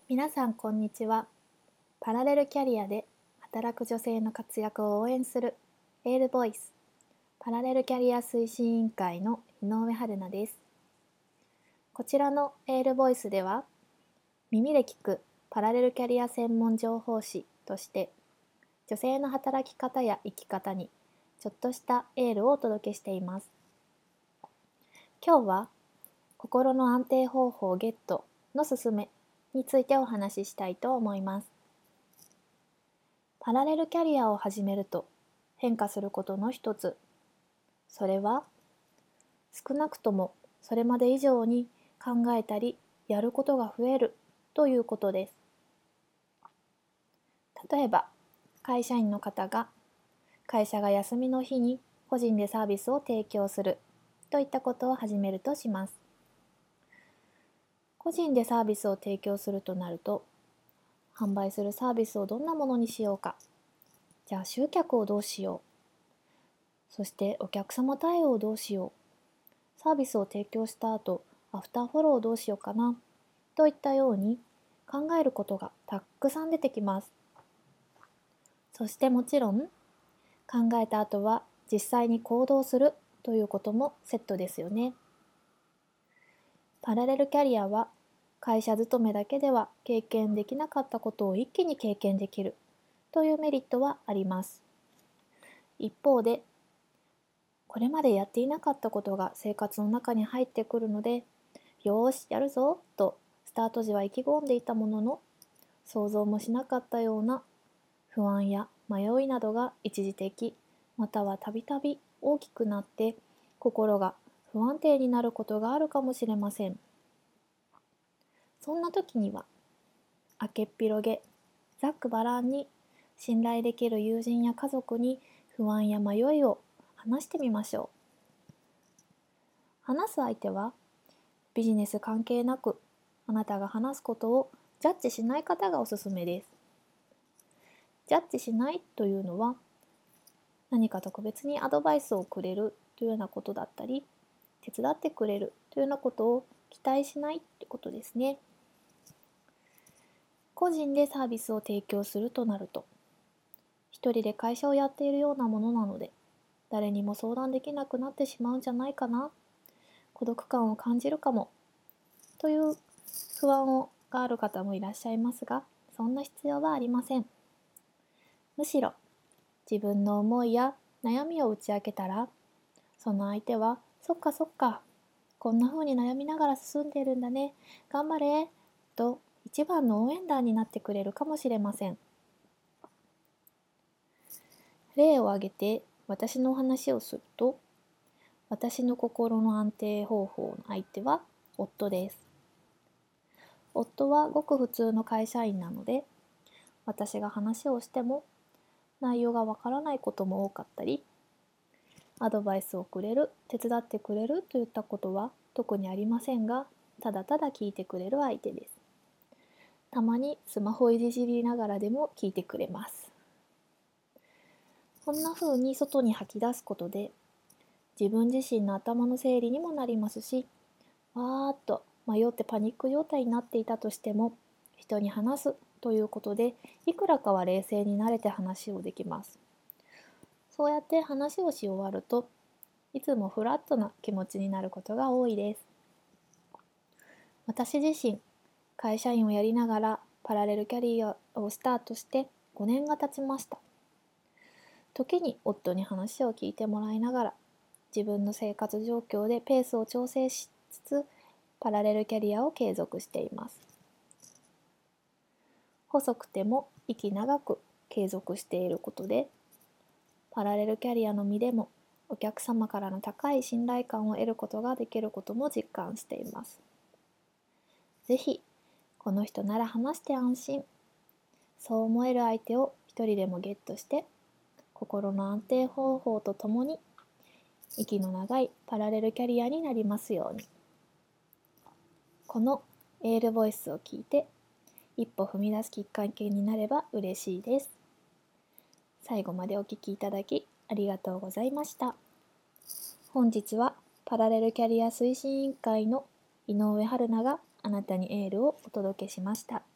皆さんこんにちは。パラレルキャリアで働く女性の活躍を応援するエールボイスパラレルキャリア推進委員会の井上春奈です。こちらのエールボイスでは、耳で聞くパラレルキャリア専門情報誌として女性の働き方や生き方にちょっとしたエールをお届けしています。今日は心の安定方法ゲットのすすめについてお話ししたいと思います。パラレルキャリアを始めると変化することの一つ、それは少なくともそれまで以上に考えたりやることが増えるということです。例えば会社員の方が会社が休みの日に個人でサービスを提供するといったことを始めるとします。個人でサービスを提供するとなると、販売するサービスをどんなものにしようか、じゃあ集客をどうしよう、そしてお客様対応をどうしよう、サービスを提供した後アフターフォローをどうしようかなといったように考えることがたくさん出てきます。そしてもちろん考えた後は実際に行動するということもセットですよね。パラレルキャリアは会社勤めだけでは経験できなかったことを一気に経験できるというメリットはあります。一方で、これまでやっていなかったことが生活の中に入ってくるので、よーしやるぞとスタート時は意気込んでいたものの、想像もしなかったような不安や迷いなどが一時的またはたびたび大きくなって心が不安定になることがあるかもしれません。そんな時には明けっぴろげ、ざっくばらんに信頼できる友人や家族に不安や迷いを話してみましょう。話す相手はビジネス関係なくあなたが話すことをジャッジしない方がおすすめです。ジャッジしないというのは何か特別にアドバイスをくれるというようなことだったり、手伝ってくれるというようなことを期待しないってことですね。個人でサービスを提供するとなると、一人で会社をやっているようなものなので、誰にも相談できなくなってしまうんじゃないかな、孤独感を感じるかもという不安がある方もいらっしゃいますが、そんな必要はありません。むしろ自分の思いや悩みを打ち明けたら、その相手はそっかそっか、こんな風に悩みながら進んでいるんだね、頑張れと一番の応援団になってくれるかもしれません。例を挙げて私のお話をすると、私の心の安定方法の相手は夫です。夫はごく普通の会社員なので、私が話をしても内容がわからないことも多かったり、アドバイスをくれる、手伝ってくれるといったことは特にありませんが、ただただ聞いてくれる相手です。たまにスマホいじりながらでも聞いてくれます。こんな風に外に吐き出すことで、自分自身の頭の整理にもなりますし、わーっと迷ってパニック状態になっていたとしても、人に話すということで、いくらかは冷静になれて話をできます。そうやって話をし終わると、いつもフラットな気持ちになることが多いです。私自身、会社員をやりながらパラレルキャリアをスタートして5年が経ちました。時に夫に話を聞いてもらいながら、自分の生活状況でペースを調整しつつ、パラレルキャリアを継続しています。細くても息長く継続していることで、パラレルキャリアの身でもお客様からの高い信頼感を得ることができることも実感しています。ぜひ、この人なら話して安心、そう思える相手を一人でもゲットして、心の安定方法とともに息の長いパラレルキャリアになりますように。このエールボイスを聞いて一歩踏み出すきっかけになれば嬉しいです。最後までお聞きいただきありがとうございました。本日はパラレルキャリア推進委員会の井上春奈があなたにエールをお届けしました。